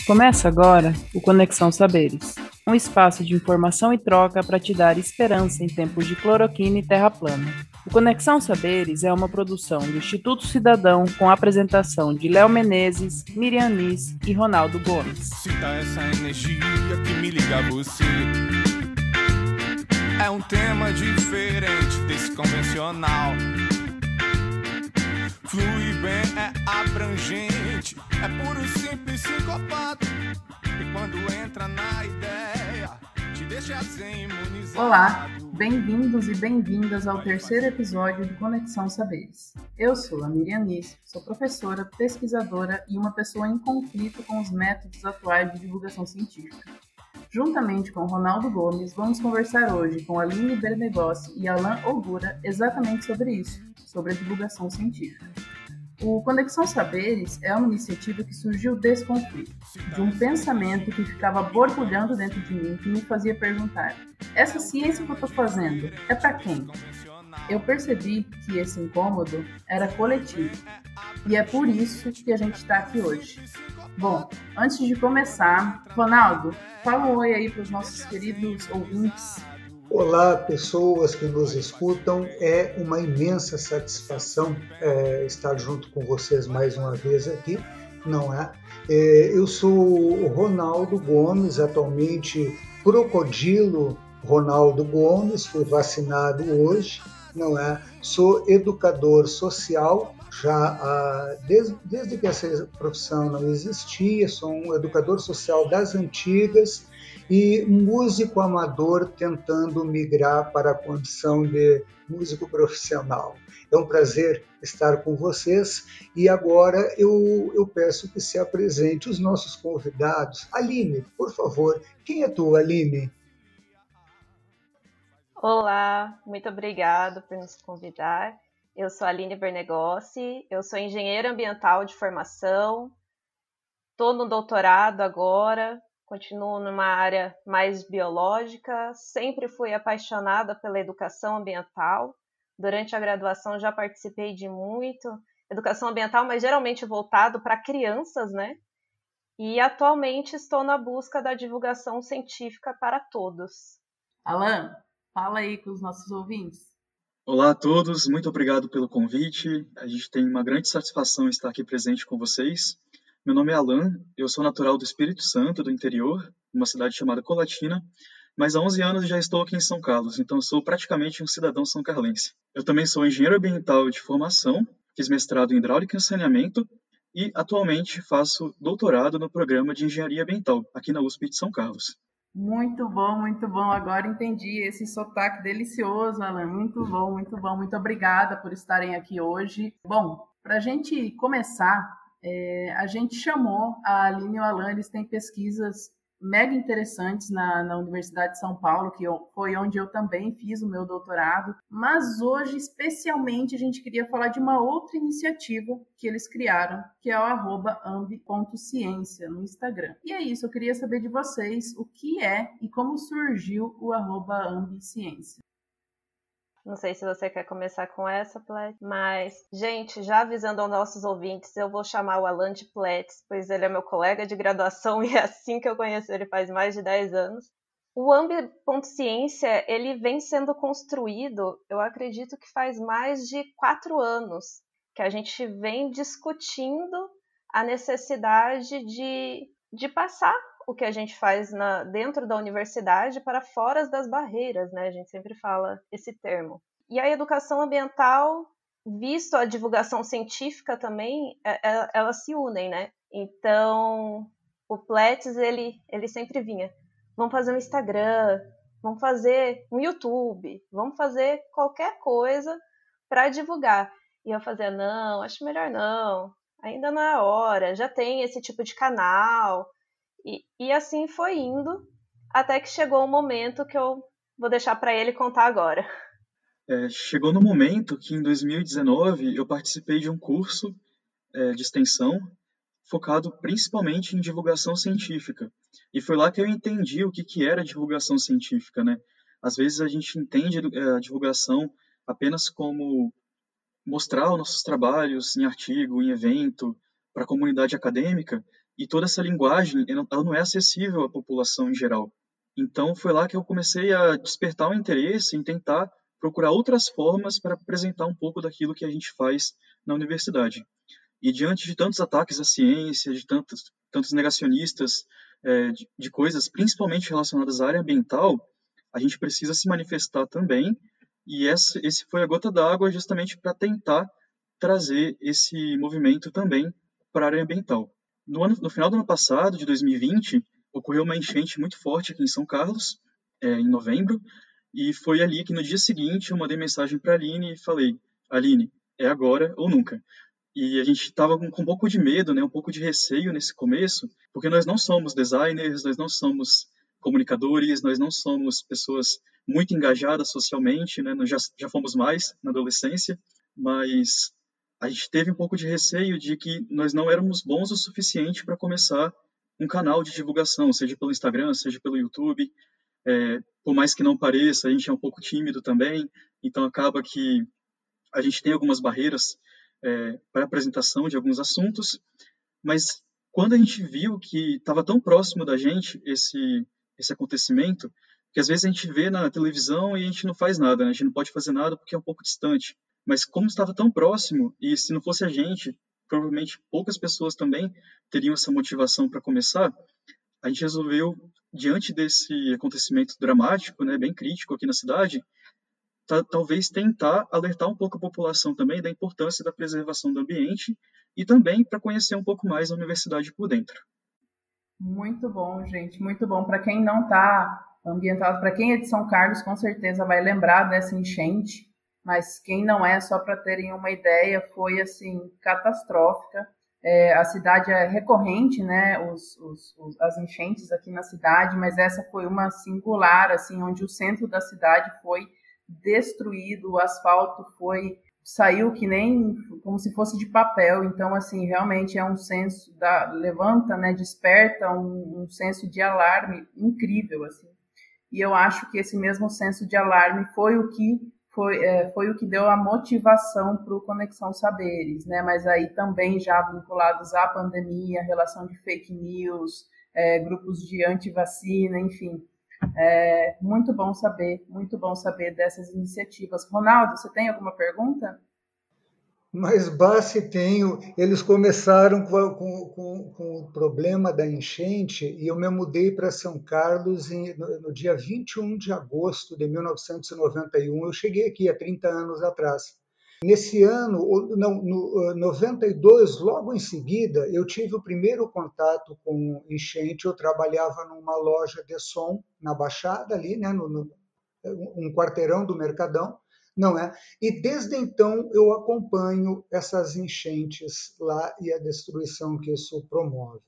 Começa agora o Conexão Saberes, um espaço de informação e troca para te dar esperança em tempos de cloroquina e terra plana. O Conexão Saberes é uma produção do Instituto Cidadão com a apresentação de Léo Menezes, Miriam Nis e Ronaldo Gomes. Sinta essa energia que me liga a você. É um tema diferente desse convencional. Flui bem, é abrangente, é puro, simples, sincopado. E quando entra na ideia, te deixa assim imunizado. Olá, bem-vindos e bem-vindas ao terceiro episódio do Conexão Saberes. Eu sou a Miriam Nis, sou professora, pesquisadora e uma pessoa em conflito com os métodos atuais de divulgação científica. Juntamente com Ronaldo Gomes, vamos conversar hoje com Aline Bernegossi e Alain Ogura exatamente sobre isso, sobre a divulgação científica. O Conexão Saberes é uma iniciativa que surgiu desse conflito, de um pensamento que ficava borbulhando dentro de mim, que me fazia perguntar: essa ciência que eu estou fazendo é para quem? Eu percebi que esse incômodo era coletivo, e é por isso que a gente está aqui hoje. Bom, antes de começar, Ronaldo, fala um oi aí para os nossos queridos ouvintes. Olá, pessoas que nos escutam. É uma imensa satisfação estar junto com vocês mais uma vez aqui, não é? Eu sou o Ronaldo Gomes, atualmente Crocodilo Ronaldo Gomes, fui vacinado hoje, não é? Sou educador social, desde que essa profissão não existia, sou um educador social das antigas, e músico amador tentando migrar para a condição de músico profissional. É um prazer estar com vocês e agora eu peço que se apresente os nossos convidados. Aline, por favor, quem é tu, Aline? Olá, muito obrigado por nos convidar. Eu sou a Aline Bernegossi, eu sou engenheira ambiental de formação, estou no doutorado agora, continuo numa área mais biológica, sempre fui apaixonada pela educação ambiental. Durante a graduação já participei de muito educação ambiental, mas geralmente voltado para crianças, né? E atualmente estou na busca da divulgação científica para todos. Alain, fala aí com os nossos ouvintes. Olá a todos, muito obrigado pelo convite. A gente tem uma grande satisfação em estar aqui presente com vocês. Meu nome é Alain, eu sou natural do Espírito Santo, do interior, uma cidade chamada Colatina, mas há 11 anos já estou aqui em São Carlos, então sou praticamente um cidadão são-carlense. Eu também sou engenheiro ambiental de formação, fiz mestrado em hidráulica e saneamento e atualmente faço doutorado no programa de engenharia ambiental aqui na USP de São Carlos. Muito bom, muito bom. Agora entendi esse sotaque delicioso, Alain. Muito bom, muito bom. Muito obrigada por estarem aqui hoje. Bom, para a gente começar, a gente chamou a Aline e o Alain. Eles têm pesquisas mega interessantes na Universidade de São Paulo, que foi onde eu também fiz o meu doutorado. Mas hoje, especialmente, a gente queria falar de uma outra iniciativa que eles criaram, que é o @ambi.ciência no Instagram. E é isso, eu queria saber de vocês o que é e como surgiu o @ambiciência. Não sei se você quer começar com essa, Pletz, mas, gente, já avisando aos nossos ouvintes, eu vou chamar o Alain de Pletz, pois ele é meu colega de graduação e é assim que eu conheço ele faz mais de 10 anos. O Ambi.ciência, ele vem sendo construído, eu acredito que faz mais de 4 anos, que a gente vem discutindo a necessidade de passar o que a gente faz dentro da universidade para fora das barreiras, né? A gente sempre fala esse termo. E a educação ambiental, visto a divulgação científica também, elas se unem, né? Então, o Pletz, ele sempre vinha: vamos fazer um Instagram, vamos fazer um YouTube, vamos fazer qualquer coisa para divulgar. E eu fazia: não, acho melhor não, ainda não é a hora, já tem esse tipo de canal. E assim foi indo, até que chegou um momento que eu vou deixar para ele contar agora. Chegou no momento que, em 2019, eu participei de um curso de extensão focado principalmente em divulgação científica. E foi lá que eu entendi o que era divulgação científica, né? Às vezes a gente entende a divulgação apenas como mostrar os nossos trabalhos em artigo, em evento, para a comunidade acadêmica, e toda essa linguagem, ela não é acessível à população em geral. Então, foi lá que eu comecei a despertar o interesse em tentar procurar outras formas para apresentar um pouco daquilo que a gente faz na universidade. E diante de tantos ataques à ciência, de tantos negacionistas, de coisas principalmente relacionadas à área ambiental, a gente precisa se manifestar também, e esse foi a gota d'água justamente para tentar trazer esse movimento também para a área ambiental. No final do ano passado, de 2020, ocorreu uma enchente muito forte aqui em São Carlos, em novembro, e foi ali que no dia seguinte eu mandei mensagem para a Aline e falei: Aline, é agora ou nunca. E a gente estava com um pouco de medo, né, um pouco de receio nesse começo, porque nós não somos designers, nós não somos comunicadores, nós não somos pessoas muito engajadas socialmente, né, nós já fomos mais na adolescência, mas a gente teve um pouco de receio de que nós não éramos bons o suficiente para começar um canal de divulgação, seja pelo Instagram, seja pelo YouTube. Por mais que não pareça, a gente é um pouco tímido também, então acaba que a gente tem algumas barreiras para a apresentação de alguns assuntos, mas quando a gente viu que estava tão próximo da gente esse acontecimento, que às vezes a gente vê na televisão e a gente não faz nada, né? A gente não pode fazer nada porque é um pouco distante. Mas como estava tão próximo, e se não fosse a gente, provavelmente poucas pessoas também teriam essa motivação para começar, a gente resolveu, diante desse acontecimento dramático, né, bem crítico aqui na cidade, talvez tentar alertar um pouco a população também da importância da preservação do ambiente e também para conhecer um pouco mais a universidade por dentro. Muito bom, gente, muito bom. Para quem não está ambientado, para quem é de São Carlos, com certeza vai lembrar dessa enchente, mas quem não é, só para terem uma ideia, foi assim catastrófica. A cidade é recorrente, né, as enchentes aqui na cidade, mas essa foi uma singular, assim, onde o centro da cidade foi destruído, o asfalto saiu que nem como se fosse de papel. Então, assim, realmente é um senso levanta, né, desperta um senso de alarme incrível, assim. E eu acho que esse mesmo senso de alarme foi o que deu a motivação para o Conexão Saberes, né? Mas aí também já vinculados à pandemia, relação de fake news, grupos de antivacina, enfim. Muito bom saber dessas iniciativas. Ronaldo, você tem alguma pergunta? Mas basta tenho. Eles começaram com o problema da enchente e eu me mudei para São Carlos no dia 21 de agosto de 1991. Eu cheguei aqui há 30 anos atrás. Nesse ano, no 92, logo em seguida, eu tive o primeiro contato com enchente. Eu trabalhava numa loja de som na Baixada, ali, né, um quarteirão do Mercadão, não é? E desde então eu acompanho essas enchentes lá e a destruição que isso promove.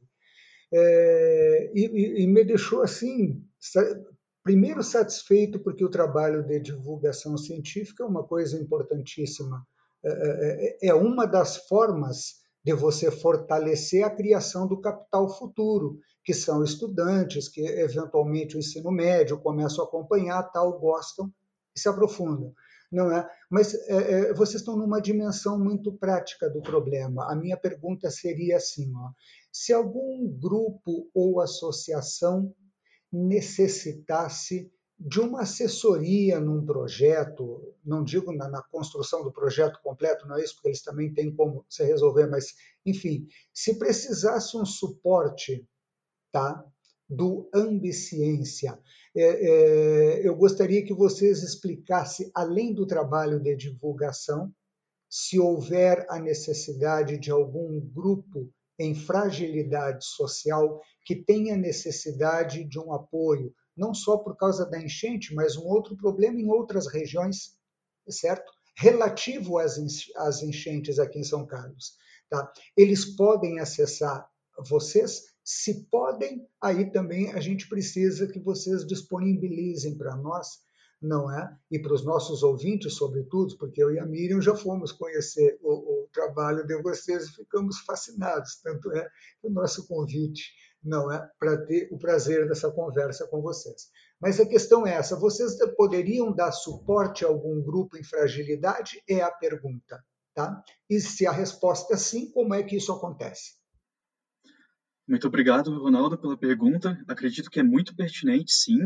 E me deixou assim, primeiro satisfeito porque o trabalho de divulgação científica é uma coisa importantíssima. É uma das formas de você fortalecer a criação do capital futuro, que são estudantes que eventualmente o ensino médio começam a acompanhar, tal, gostam e se aprofundam. Não é? Mas vocês estão numa dimensão muito prática do problema. A minha pergunta seria assim, ó, se algum grupo ou associação necessitasse de uma assessoria num projeto, não digo na construção do projeto completo, não é isso, porque eles também têm como se resolver, mas, enfim, se precisasse um suporte, tá, do Ambiciência, eu gostaria que vocês explicassem, além do trabalho de divulgação, se houver a necessidade de algum grupo em fragilidade social que tenha necessidade de um apoio, não só por causa da enchente, mas um outro problema em outras regiões, certo? Relativo às enchentes aqui em São Carlos. Tá? Eles podem acessar vocês? Se podem, aí também a gente precisa que vocês disponibilizem para nós, não é? E para os nossos ouvintes, sobretudo, porque eu e a Miriam já fomos conhecer o trabalho de vocês e ficamos fascinados, tanto é o nosso convite, não é? Para ter o prazer dessa conversa com vocês. Mas a questão é essa, vocês poderiam dar suporte a algum grupo em fragilidade? É a pergunta, tá? E se a resposta é sim, como é que isso acontece? Muito obrigado, Ronaldo, pela pergunta. Acredito que é muito pertinente, sim.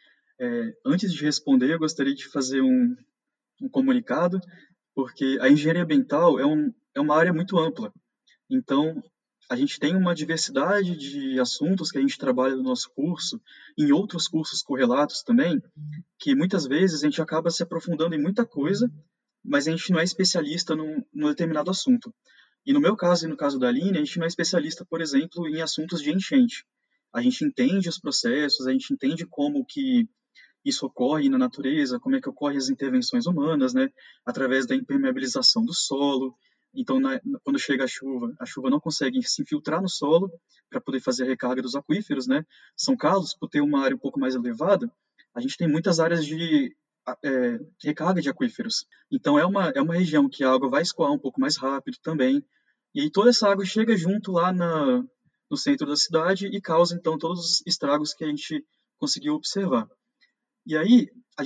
Antes de responder, eu gostaria de fazer um comunicado, porque a engenharia ambiental é uma área muito ampla. Então, a gente tem uma diversidade de assuntos que a gente trabalha no nosso curso, em outros cursos correlatos também, que muitas vezes a gente acaba se aprofundando em muita coisa, mas a gente não é especialista num determinado assunto. E no meu caso e no caso da Aline, a gente não é especialista, por exemplo, em assuntos de enchente. A gente entende os processos, a gente entende como que isso ocorre na natureza, como é que ocorrem as intervenções humanas, né, através da impermeabilização do solo. Então, quando chega a chuva não consegue se infiltrar no solo para poder fazer a recarga dos aquíferos, né? São Carlos, por ter uma área um pouco mais elevada, a gente tem muitas áreas de recarga de aquíferos. Então, é uma região que a água vai escoar um pouco mais rápido também. E aí toda essa água chega junto lá no centro da cidade e causa, então, todos os estragos que a gente conseguiu observar. E aí,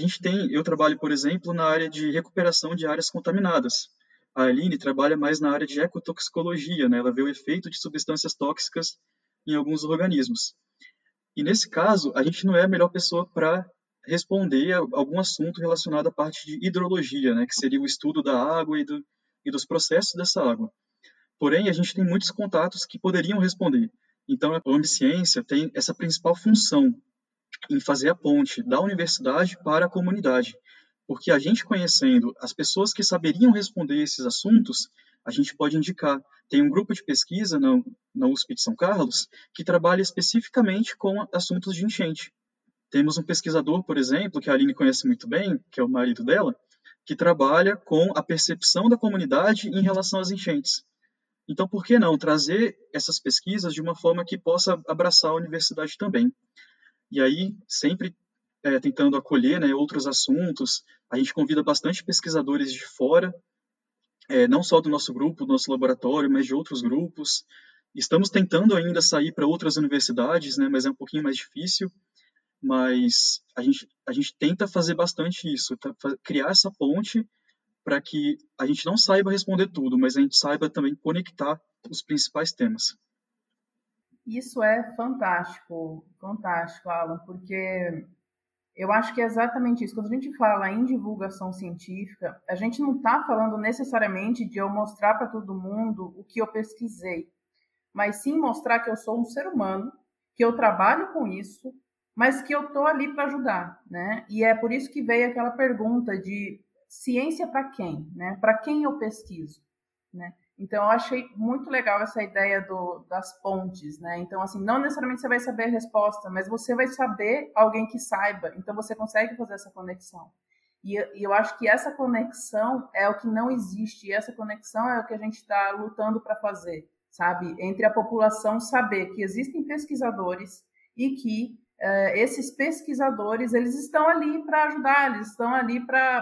eu trabalho, por exemplo, na área de recuperação de áreas contaminadas. A Aline trabalha mais na área de ecotoxicologia, né? Ela vê o efeito de substâncias tóxicas em alguns organismos. E nesse caso, a gente não é a melhor pessoa para responder a algum assunto relacionado à parte de hidrologia, né? Que seria o estudo da água e dos processos dessa água. Porém, a gente tem muitos contatos que poderiam responder. Então, a Ambiciência tem essa principal função em fazer a ponte da universidade para a comunidade. Porque a gente conhecendo as pessoas que saberiam responder esses assuntos, a gente pode indicar. Tem um grupo de pesquisa na USP de São Carlos que trabalha especificamente com assuntos de enchente. Temos um pesquisador, por exemplo, que a Aline conhece muito bem, que é o marido dela, que trabalha com a percepção da comunidade em relação às enchentes. Então, por que não trazer essas pesquisas de uma forma que possa abraçar a universidade também? E aí, sempre tentando acolher, né, outros assuntos, a gente convida bastante pesquisadores de fora, não só do nosso grupo, do nosso laboratório, mas de outros grupos. Estamos tentando ainda sair para outras universidades, né, mas é um pouquinho mais difícil. Mas a gente tenta fazer bastante isso, criar essa ponte para que a gente não saiba responder tudo, mas a gente saiba também conectar os principais temas. Isso é fantástico, fantástico, Alan, porque eu acho que é exatamente isso. Quando a gente fala em divulgação científica, a gente não está falando necessariamente de eu mostrar para todo mundo o que eu pesquisei, mas sim mostrar que eu sou um ser humano, que eu trabalho com isso, mas que eu estou ali para ajudar, né? E é por isso que veio aquela pergunta de ciência para quem, né? Para quem eu pesquiso, né? Então, eu achei muito legal essa ideia das pontes, né? Então, assim, não necessariamente você vai saber a resposta, mas você vai saber alguém que saiba. Então, você consegue fazer essa conexão. E eu acho que essa conexão é o que não existe. E essa conexão é o que a gente está lutando para fazer, sabe? Entre a população saber que existem pesquisadores e que esses pesquisadores, eles estão ali para ajudar, eles estão ali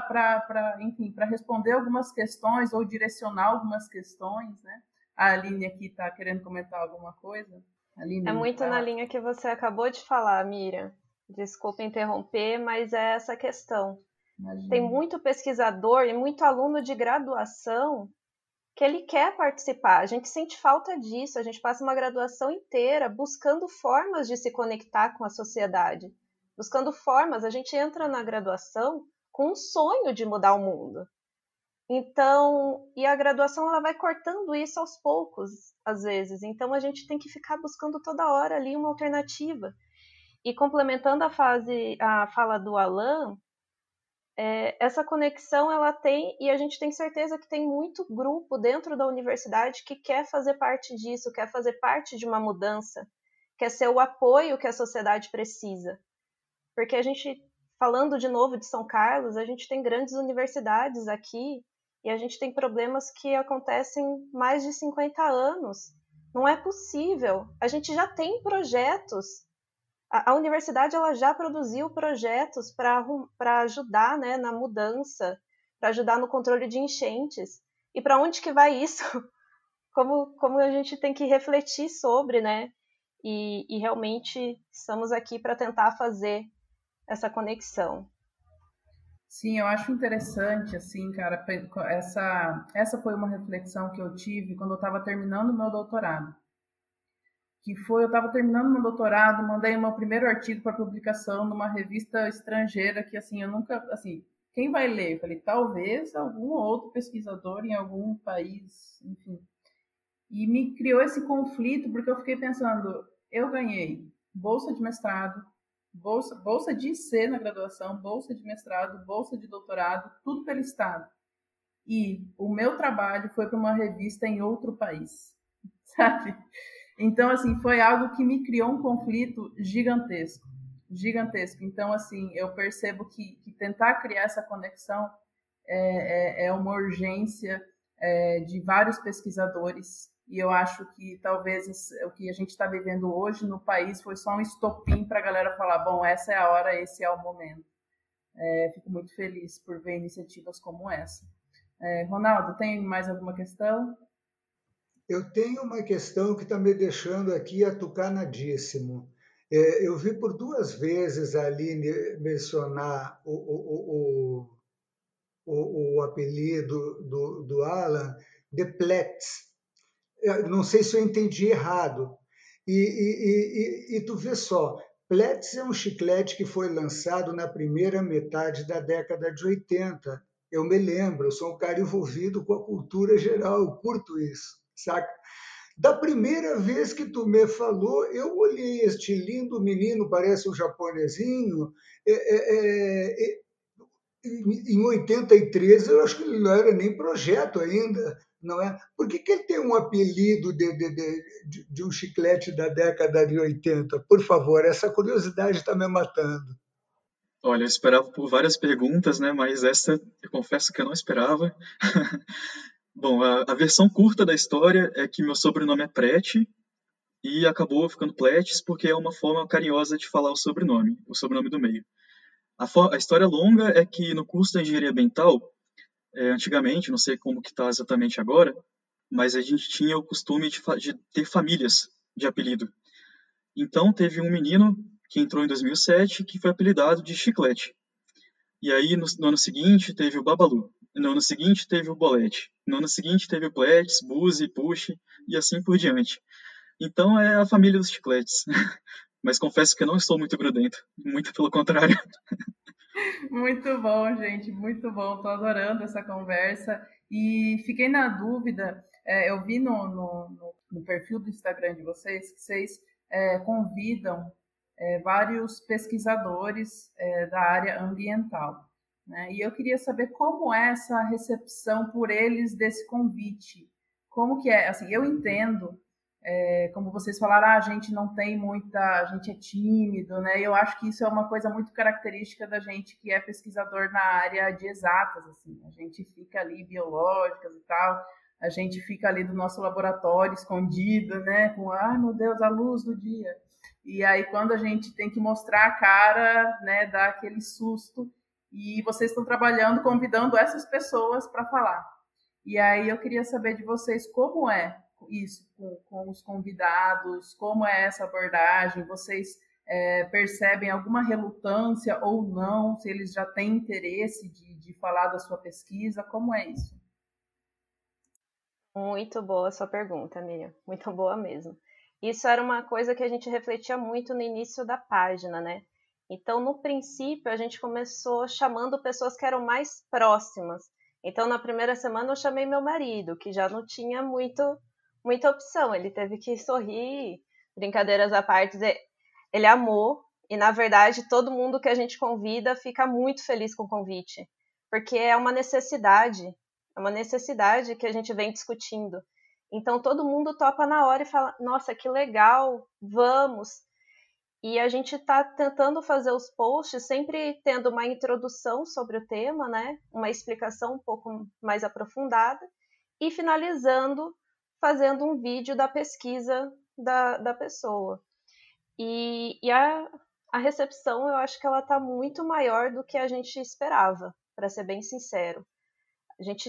enfim, para responder algumas questões ou direcionar algumas questões, né? A Aline aqui está querendo comentar alguma coisa? Aline, é muito na linha que você acabou de falar, Miriam. Desculpa interromper, mas é essa questão. Imagina. Tem muito pesquisador e muito aluno de graduação que ele quer participar. A gente sente falta disso, a gente passa uma graduação inteira buscando formas de se conectar com a sociedade, buscando formas. A gente entra na graduação com um sonho de mudar o mundo. Então, e a graduação ela vai cortando isso aos poucos, às vezes. Então, a gente tem que ficar buscando toda hora ali uma alternativa. E complementando a fala do Alan, essa conexão ela tem, e a gente tem certeza que tem muito grupo dentro da universidade que quer fazer parte disso, quer fazer parte de uma mudança, quer ser o apoio que a sociedade precisa. Porque a gente, falando de novo de São Carlos, a gente tem grandes universidades aqui e a gente tem problemas que acontecem mais de 50 anos. Não é possível. A gente já tem projetos. A universidade ela já produziu projetos para ajudar, né, na mudança, para ajudar no controle de enchentes. E para onde que vai isso? Como a gente tem que refletir sobre, né? E realmente estamos aqui para tentar fazer essa conexão. Sim, eu acho interessante, assim, cara, essa foi uma reflexão que eu tive quando eu estava terminando o meu doutorado. que foi, eu estava terminando meu doutorado, mandei meu primeiro artigo para publicação numa revista estrangeira que, assim, eu nunca, assim, quem vai ler? Eu falei, talvez algum outro pesquisador em algum país, enfim. E me criou esse conflito, porque eu fiquei pensando, eu ganhei bolsa de mestrado, bolsa de IC na graduação, bolsa de mestrado, bolsa de doutorado, tudo pelo Estado. E o meu trabalho foi para uma revista em outro país, sabe? Então, assim, foi algo que me criou um conflito gigantesco, gigantesco. Então, assim, eu percebo que tentar criar essa conexão é uma urgência de vários pesquisadores, e eu acho que talvez o que a gente está vivendo hoje no país foi só um estopim para a galera falar, bom, essa é a hora, esse é o momento. Fico muito feliz por ver iniciativas como essa. Ronaldo, tem mais alguma questão? Eu tenho uma questão que está me deixando aqui atucanadíssimo. Eu vi por 2 vezes a Aline mencionar o apelido do Alan, de Pletz. Não sei se eu entendi errado. E tu vê só, Pletz é um chiclete que foi lançado na primeira metade da década de 80. Eu me lembro, eu sou um cara envolvido com a cultura geral, eu curto isso, saca? Da primeira vez que tu me falou, eu olhei este lindo menino, parece um japonesinho, em 83, eu acho que ele não era nem projeto ainda, não é? Por que ele tem um apelido de um chiclete da década de 80? Por favor, essa curiosidade está me matando. Olha, eu esperava por várias perguntas, né? Mas essa eu confesso que eu não esperava. Bom, a versão curta da história é que meu sobrenome é Prete e acabou ficando Pletes porque é uma forma carinhosa de falar o sobrenome do meio. A história longa é que no curso da engenharia ambiental, antigamente, não sei como que está exatamente agora, mas a gente tinha o costume de ter famílias de apelido. Então teve um menino que entrou em 2007 que foi apelidado de Chiclete. E aí no ano seguinte teve o Babalu. No ano seguinte teve o Bolete. No ano seguinte teve o Pletes, Buzi, Puxe e assim por diante. Então é a família dos chicletes. Mas confesso que eu não estou muito grudento. Muito pelo contrário. Muito bom, gente, muito bom. Estou adorando essa conversa. E fiquei na dúvida, eu vi no perfil do Instagram de vocês que vocês convidam vários pesquisadores da área ambiental, né? E eu queria saber como é essa recepção por eles desse convite. Como que é? Assim, eu entendo como vocês falaram, a gente não tem muita, a gente é tímido, né? Eu acho que isso é uma coisa muito característica da gente que é pesquisador na área de exatas, assim. A gente fica ali biológicas e tal, a gente fica ali do nosso laboratório escondido, né? Com, meu Deus, a luz do dia. E aí quando a gente tem que mostrar a cara, né, dá aquele susto. E vocês estão trabalhando, convidando essas pessoas para falar. E aí eu queria saber de vocês como é isso com os convidados, como é essa abordagem, vocês percebem alguma relutância ou não, se eles já têm interesse de falar da sua pesquisa, como é isso? Muito boa a sua pergunta, Miriam, muito boa mesmo. Isso era uma coisa que a gente refletia muito no início da página, né? Então, no princípio, a gente começou chamando pessoas que eram mais próximas. Então, na primeira semana, eu chamei meu marido, que já não tinha muita opção. Ele teve que sorrir, brincadeiras à parte. Ele amou, e na verdade, todo mundo que a gente convida fica muito feliz com o convite, porque é uma necessidade que a gente vem discutindo. Então, todo mundo topa na hora e fala, nossa, que legal, vamos. E a gente está tentando fazer os posts sempre tendo uma introdução sobre o tema, né? Uma explicação um pouco mais aprofundada, e finalizando fazendo um vídeo da pesquisa da pessoa. E a recepção, eu acho que ela está muito maior do que a gente esperava, para ser bem sincero. A gente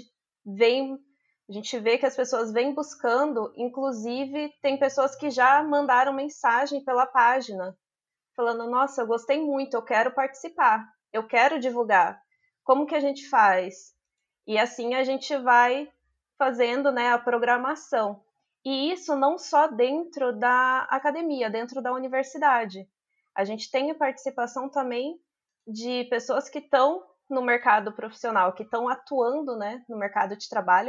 vê que as pessoas vêm buscando, inclusive tem pessoas que já mandaram mensagem pela página, falando, nossa, eu gostei muito, eu quero participar, eu quero divulgar. Como que a gente faz? E assim a gente vai fazendo, né, a programação. E isso não só dentro da academia, dentro da universidade. A gente tem a participação também de pessoas que estão no mercado profissional, que estão atuando, né, no mercado de trabalho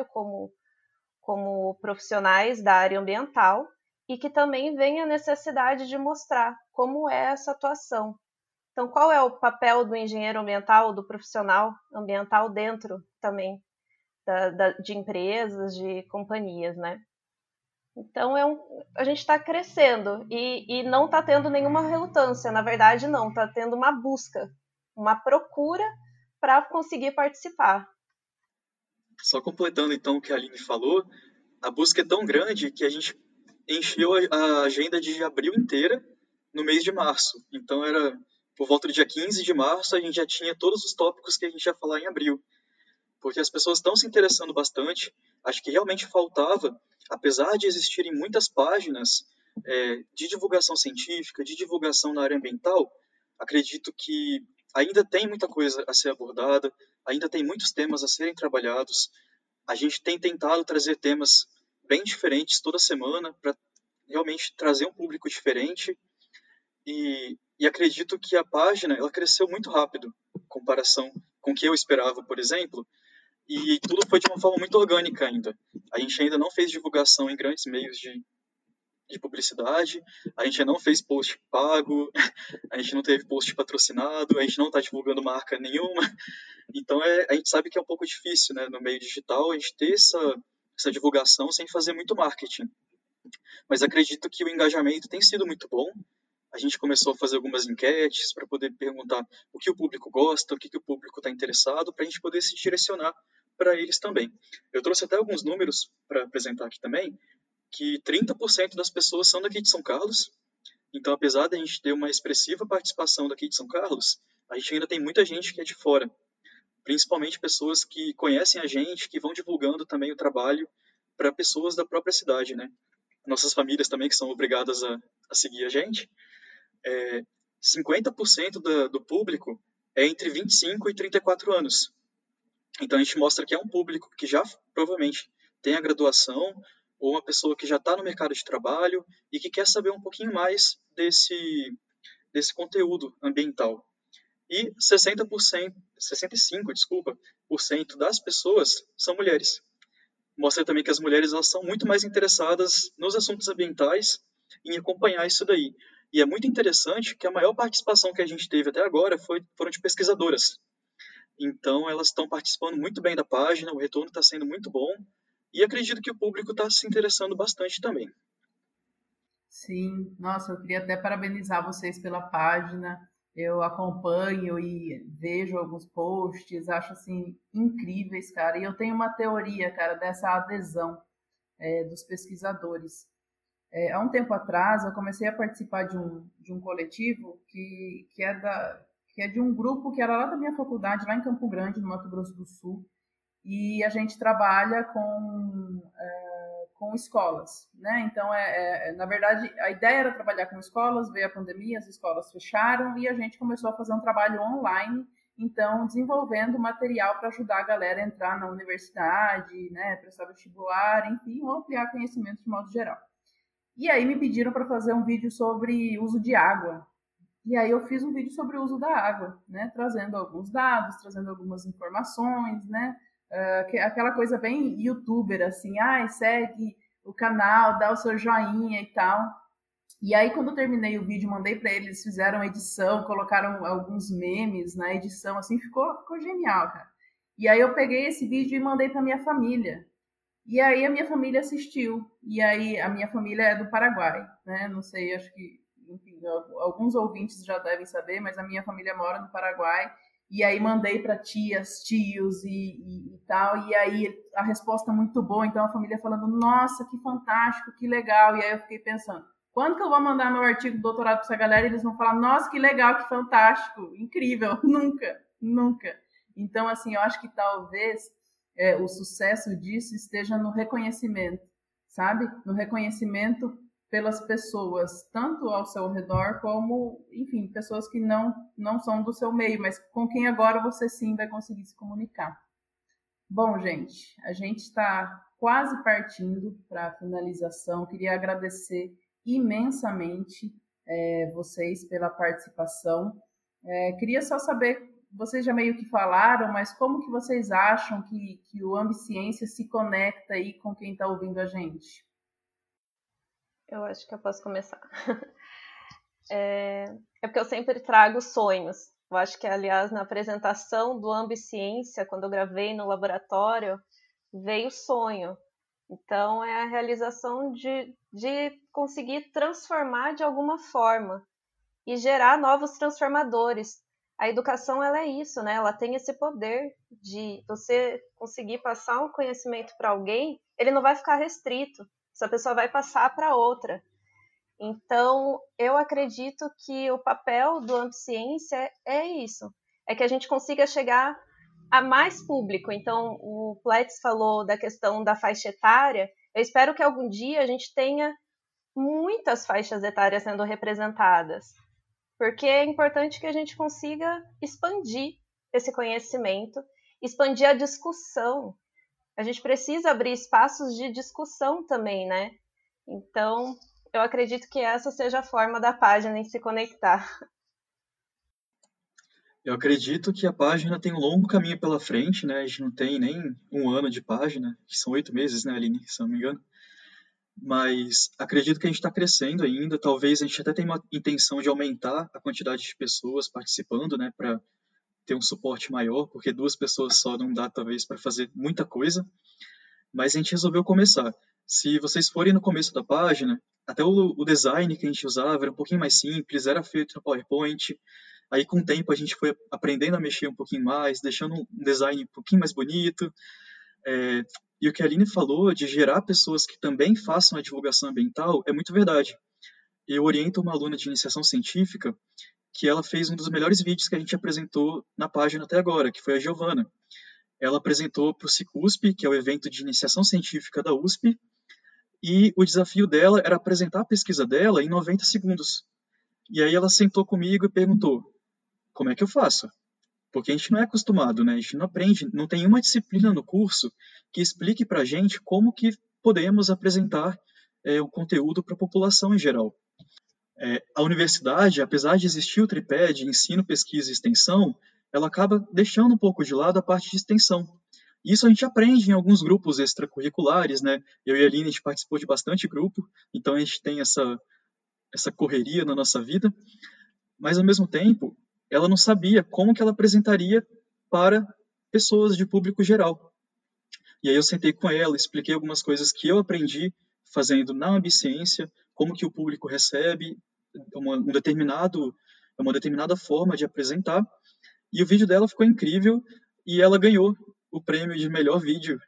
como profissionais da área ambiental e que também veem a necessidade de mostrar como é essa atuação. Então, qual é o papel do engenheiro ambiental, do profissional ambiental dentro também de empresas, de companhias, né? Então, a gente está crescendo e não está tendo nenhuma relutância. Na verdade, não. Está tendo uma busca, uma procura para conseguir participar. Só completando, então, o que a Aline falou, a busca é tão grande que a gente encheu a agenda de abril inteira no mês de março. Então, era por volta do dia 15 de março, a gente já tinha todos os tópicos que a gente ia falar em abril. Porque as pessoas estão se interessando bastante. Acho que realmente faltava, apesar de existirem muitas páginas de divulgação científica, de divulgação na área ambiental, acredito que ainda tem muita coisa a ser abordada, ainda tem muitos temas a serem trabalhados. A gente tem tentado trazer temas bem diferentes toda semana para realmente trazer um público diferente e acredito que a página ela cresceu muito rápido em comparação com o que eu esperava, por exemplo, e tudo foi de uma forma muito orgânica ainda. A gente ainda não fez divulgação em grandes meios de publicidade, a gente ainda não fez post pago, a gente não teve post patrocinado, a gente não está divulgando marca nenhuma. Então, a gente sabe que é um pouco difícil, né, no meio digital, a gente ter essa divulgação sem fazer muito marketing. Mas acredito que o engajamento tem sido muito bom. A gente começou a fazer algumas enquetes para poder perguntar o que o público gosta, o que o público está interessado, para a gente poder se direcionar para eles também. Eu trouxe até alguns números para apresentar aqui também, que 30% das pessoas são daqui de São Carlos. Então, apesar de a gente ter uma expressiva participação daqui de São Carlos, a gente ainda tem muita gente que é de fora, principalmente pessoas que conhecem a gente, que vão divulgando também o trabalho para pessoas da própria cidade, né? Nossas famílias também, que são obrigadas a seguir a gente. 50% do público é entre 25 e 34 anos. Então, a gente mostra que é um público que já provavelmente tem a graduação ou uma pessoa que já está no mercado de trabalho e que quer saber um pouquinho mais desse conteúdo ambiental. E 65% das pessoas são mulheres. Mostra também que as mulheres elas são muito mais interessadas nos assuntos ambientais em acompanhar isso daí. E é muito interessante que a maior participação que a gente teve até agora foram de pesquisadoras. Então, elas estão participando muito bem da página, o retorno está sendo muito bom, e acredito que o público está se interessando bastante também. Sim, nossa, eu queria até parabenizar vocês pela página. Eu acompanho e vejo alguns posts, acho assim incríveis, cara. E eu tenho uma teoria, cara, dessa adesão dos pesquisadores. Há um tempo atrás, eu comecei a participar de um coletivo que é de um grupo que era lá da minha faculdade, lá em Campo Grande, no Mato Grosso do Sul, e a gente trabalha com escolas, né? Então, na verdade, a ideia era trabalhar com escolas, veio a pandemia, as escolas fecharam e a gente começou a fazer um trabalho online, então, desenvolvendo material para ajudar a galera a entrar na universidade, né, prestar vestibular, enfim, ou ampliar conhecimento de modo geral. E aí me pediram para fazer um vídeo sobre uso de água. E aí eu fiz um vídeo sobre o uso da água, né? Trazendo alguns dados, trazendo algumas informações, né? Aquela coisa bem youtuber, assim, segue o canal, dá o seu joinha e tal. E aí quando eu terminei o vídeo, mandei para eles, fizeram edição, colocaram alguns memes na edição, assim, ficou genial, cara. E aí eu peguei esse vídeo e mandei para minha família. E aí a minha família assistiu. E aí a minha família é do Paraguai, né? Não sei, acho que, enfim, alguns ouvintes já devem saber, mas a minha família mora no Paraguai. E aí mandei para tias, tios e tal. E aí a resposta muito boa. Então a família falando, nossa, que fantástico, que legal. E aí eu fiquei pensando, quando que eu vou mandar meu artigo de doutorado para essa galera e eles vão falar, nossa, que legal, que fantástico, incrível. Nunca, nunca. Então, assim, eu acho que talvez o sucesso disso esteja no reconhecimento, sabe? No reconhecimento pelas pessoas, tanto ao seu redor como, enfim, pessoas que não são do seu meio, mas com quem agora você sim vai conseguir se comunicar. Bom, gente, a gente está quase partindo para a finalização. Queria agradecer imensamente vocês pela participação. Queria só saber, vocês já meio que falaram, mas como que vocês acham que o Ambiciência se conecta aí com quem está ouvindo a gente? Eu acho que eu posso começar. É porque eu sempre trago sonhos. Eu acho que, aliás, na apresentação do Ambiciência, quando eu gravei no laboratório, veio sonho. Então, é a realização de conseguir transformar de alguma forma e gerar novos transformadores. A educação, ela é isso, né? Ela tem esse poder de você conseguir passar um conhecimento para alguém, ele não vai ficar restrito, essa pessoa vai passar para outra. Então, eu acredito que o papel do Ambiciência é isso, é que a gente consiga chegar a mais público. Então, o Pletz falou da questão da faixa etária. Eu espero que algum dia a gente tenha muitas faixas etárias sendo representadas, porque é importante que a gente consiga expandir esse conhecimento, expandir a discussão. A gente precisa abrir espaços de discussão também, né? Então, eu acredito que essa seja a forma da página em se conectar. Eu acredito que a página tem um longo caminho pela frente, né? A gente não tem nem um ano de página, que são 8 meses, né, Aline, se não me engano. Mas acredito que a gente está crescendo ainda. Talvez a gente até tenha uma intenção de aumentar a quantidade de pessoas participando, né, para ter um suporte maior, porque 2 pessoas só não dá, talvez, para fazer muita coisa. Mas a gente resolveu começar. Se vocês forem no começo da página, até o design que a gente usava era um pouquinho mais simples, era feito no PowerPoint. Aí, com o tempo, a gente foi aprendendo a mexer um pouquinho mais, deixando um design um pouquinho mais bonito. E o que a Aline falou de gerar pessoas que também façam a divulgação ambiental é muito verdade. Eu oriento uma aluna de iniciação científica que ela fez um dos melhores vídeos que a gente apresentou na página até agora, que foi a Giovana. Ela apresentou para o Cicusp, que é o evento de iniciação científica da USP, e o desafio dela era apresentar a pesquisa dela em 90 segundos. E aí ela sentou comigo e perguntou: como é que eu faço? Porque a gente não é acostumado, né? A gente não aprende, não tem uma disciplina no curso que explique para a gente como que podemos apresentar o conteúdo para a população em geral. A universidade, apesar de existir o tripé de ensino, pesquisa e extensão, ela acaba deixando um pouco de lado a parte de extensão. Isso a gente aprende em alguns grupos extracurriculares, né? Eu e a Aline, a gente participou de bastante grupo, então a gente tem essa correria na nossa vida, mas ao mesmo tempo, ela não sabia como que ela apresentaria para pessoas de público geral. E aí eu sentei com ela, expliquei algumas coisas que eu aprendi fazendo na Ambiciência, como que o público recebe uma determinada forma de apresentar, e o vídeo dela ficou incrível, e ela ganhou o prêmio de melhor vídeo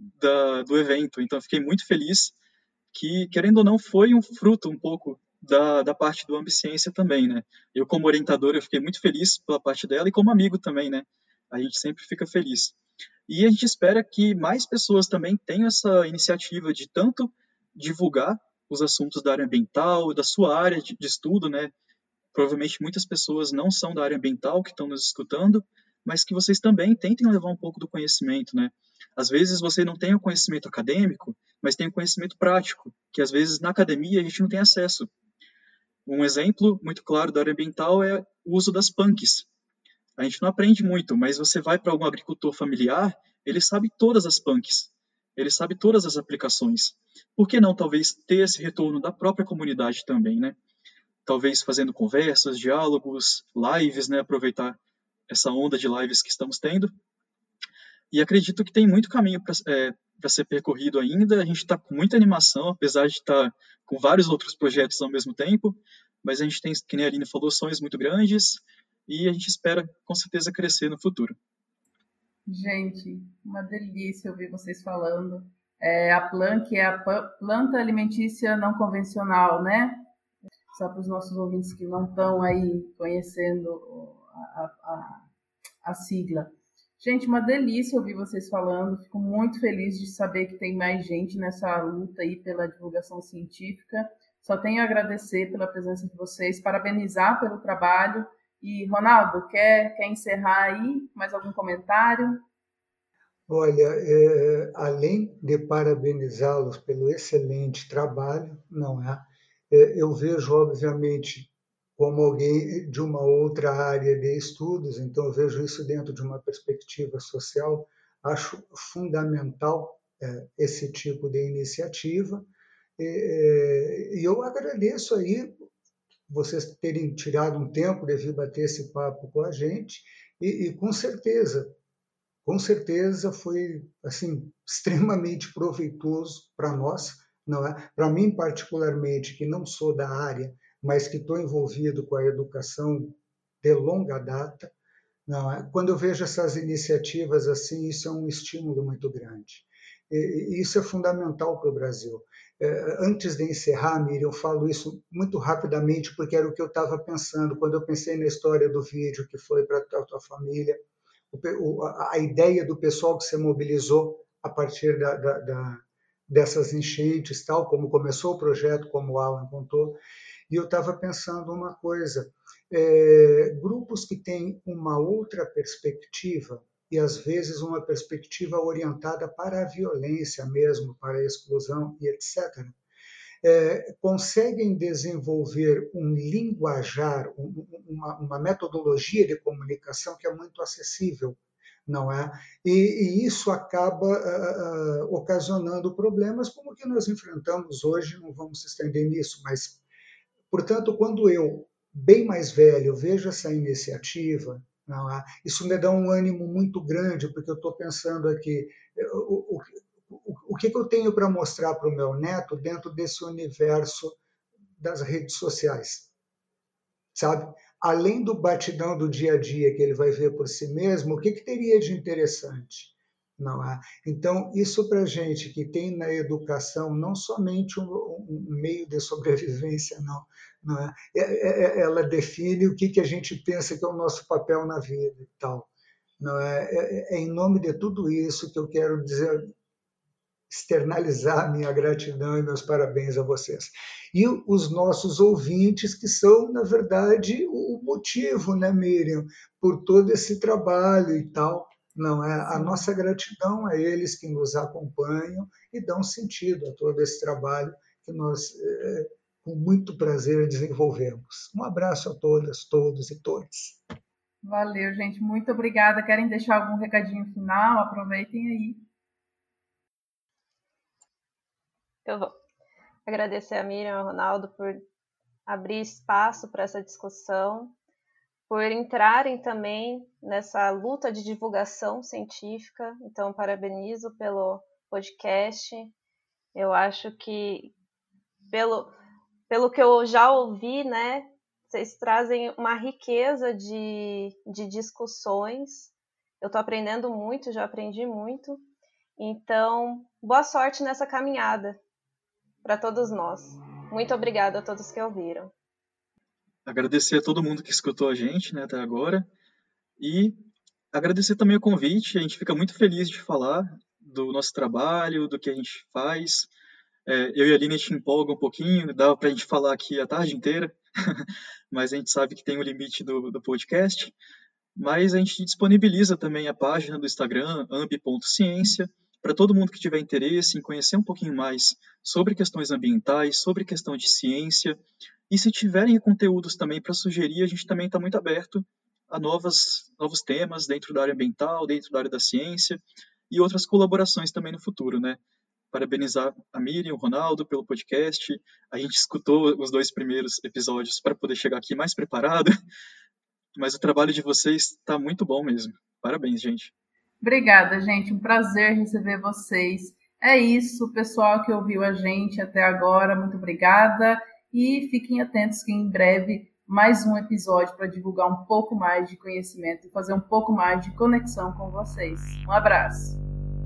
do evento. Então eu fiquei muito feliz que, querendo ou não, foi um fruto um pouco da parte do Ambiciência também, né? Eu, como orientador, eu fiquei muito feliz pela parte dela, e como amigo também, né? A gente sempre fica feliz. E a gente espera que mais pessoas também tenham essa iniciativa de tanto divulgar os assuntos da área ambiental, da sua área de estudo, né? Provavelmente muitas pessoas não são da área ambiental que estão nos escutando, mas que vocês também tentem levar um pouco do conhecimento, né? Às vezes você não tem o conhecimento acadêmico, mas tem o conhecimento prático, que às vezes na academia a gente não tem acesso. Um exemplo muito claro da área ambiental é o uso das punks. A gente não aprende muito, mas você vai para algum agricultor familiar, ele sabe todas as punks, ele sabe todas as aplicações. Por que não, talvez, ter esse retorno da própria comunidade também, né? Talvez fazendo conversas, diálogos, lives, né? Aproveitar essa onda de lives que estamos tendo. E acredito que tem muito caminho para ser percorrido ainda. A gente está com muita animação, apesar de estar com vários outros projetos ao mesmo tempo, mas a gente tem, que nem a Aline falou, sonhos muito grandes, e a gente espera, com certeza, crescer no futuro. Gente, uma delícia ouvir vocês falando. A Plank é a planta alimentícia não convencional, né? Só para os nossos ouvintes que não estão aí conhecendo a sigla. Gente, uma delícia ouvir vocês falando. Fico muito feliz de saber que tem mais gente nessa luta aí pela divulgação científica. Só tenho a agradecer pela presença de vocês, parabenizar pelo trabalho. E, Ronaldo, quer encerrar aí? Mais algum comentário? Olha, além de parabenizá-los pelo excelente trabalho, não é? Eu vejo, obviamente, como alguém de uma outra área de estudos, então eu vejo isso dentro de uma perspectiva social, acho fundamental esse tipo de iniciativa, e eu agradeço aí vocês terem tirado um tempo de vir bater esse papo com a gente, e com certeza foi assim extremamente proveitoso para nós, não é? Para mim particularmente, que não sou da área, mas que estou envolvido com a educação de longa data, não é? Quando eu vejo essas iniciativas assim, isso é um estímulo muito grande. E isso é fundamental para o Brasil. Antes de encerrar, Miriam, eu falo isso muito rapidamente, porque era o que eu estava pensando quando eu pensei na história do vídeo que foi para a tua família, a ideia do pessoal que se mobilizou a partir dessas enchentes, tal como começou o projeto, como o Alan contou, e eu estava pensando uma coisa, grupos que têm uma outra perspectiva, e às vezes uma perspectiva orientada para a violência mesmo, para a exclusão e etc., conseguem desenvolver um linguajar, uma metodologia de comunicação que é muito acessível, não é? E isso acaba ocasionando problemas como o que nós enfrentamos hoje, não vamos se estender nisso, mas, portanto, quando eu, bem mais velho, vejo essa iniciativa, não é? Isso me dá um ânimo muito grande, porque eu estou pensando aqui, o que eu tenho para mostrar para o meu neto dentro desse universo das redes sociais, sabe? Além do batidão do dia a dia que ele vai ver por si mesmo, o que teria de interessante? Não é? Então, isso para a gente que tem na educação não somente um meio de sobrevivência, não é? Ela define o que a gente pensa que é o nosso papel na vida e tal. Não é? É em nome de tudo isso que eu quero dizer, externalizar minha gratidão e meus parabéns a vocês. E os nossos ouvintes, que são, na verdade, o motivo, né, Miriam, por todo esse trabalho e tal, não é? A nossa gratidão a eles que nos acompanham e dão sentido a todo esse trabalho que nós, com muito prazer, desenvolvemos. Um abraço a todas, todos e todas. Valeu, gente. Muito obrigada. Querem deixar algum recadinho final? Aproveitem aí. Eu vou agradecer a Miriam e ao Ronaldo por abrir espaço para essa discussão, por entrarem também nessa luta de divulgação científica. Então, parabenizo pelo podcast. Eu acho que, pelo que eu já ouvi, né, vocês trazem uma riqueza de discussões. Eu estou aprendendo muito, já aprendi muito. Então, boa sorte nessa caminhada para todos nós. Muito obrigada a todos que ouviram. Agradecer a todo mundo que escutou a gente, né, até agora. E agradecer também o convite. A gente fica muito feliz de falar do nosso trabalho, do que a gente faz. Eu e a Aline, a gente empolga um pouquinho, dava para a gente falar aqui a tarde inteira, mas a gente sabe que tem o limite do podcast. Mas a gente disponibiliza também a página do Instagram, ambi.ciência, para todo mundo que tiver interesse em conhecer um pouquinho mais sobre questões ambientais, sobre questão de ciência. E se tiverem conteúdos também para sugerir, a gente também está muito aberto a novos temas dentro da área ambiental, dentro da área da ciência e outras colaborações também no futuro, né? Parabenizar a Miriam, o Ronaldo pelo podcast. A gente escutou os 2 primeiros episódios para poder chegar aqui mais preparado, mas o trabalho de vocês está muito bom mesmo. Parabéns, gente. Obrigada, gente. Um prazer receber vocês. É isso, pessoal que ouviu a gente até agora. Muito obrigada. E fiquem atentos que em breve mais um episódio para divulgar um pouco mais de conhecimento e fazer um pouco mais de conexão com vocês. Um abraço.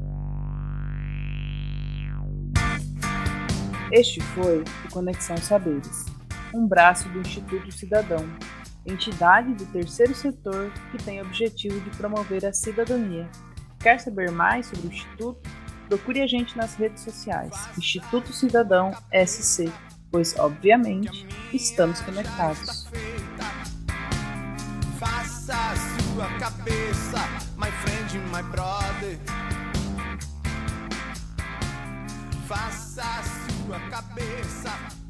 Este foi o Conexão Saberes, um braço do Instituto Cidadão, entidade do terceiro setor que tem o objetivo de promover a cidadania. Quer saber mais sobre o Instituto? Procure a gente nas redes sociais, Instituto Cidadão SC, pois, obviamente, estamos conectados. Faça a sua cabeça, my friend, my brother. Faça a sua cabeça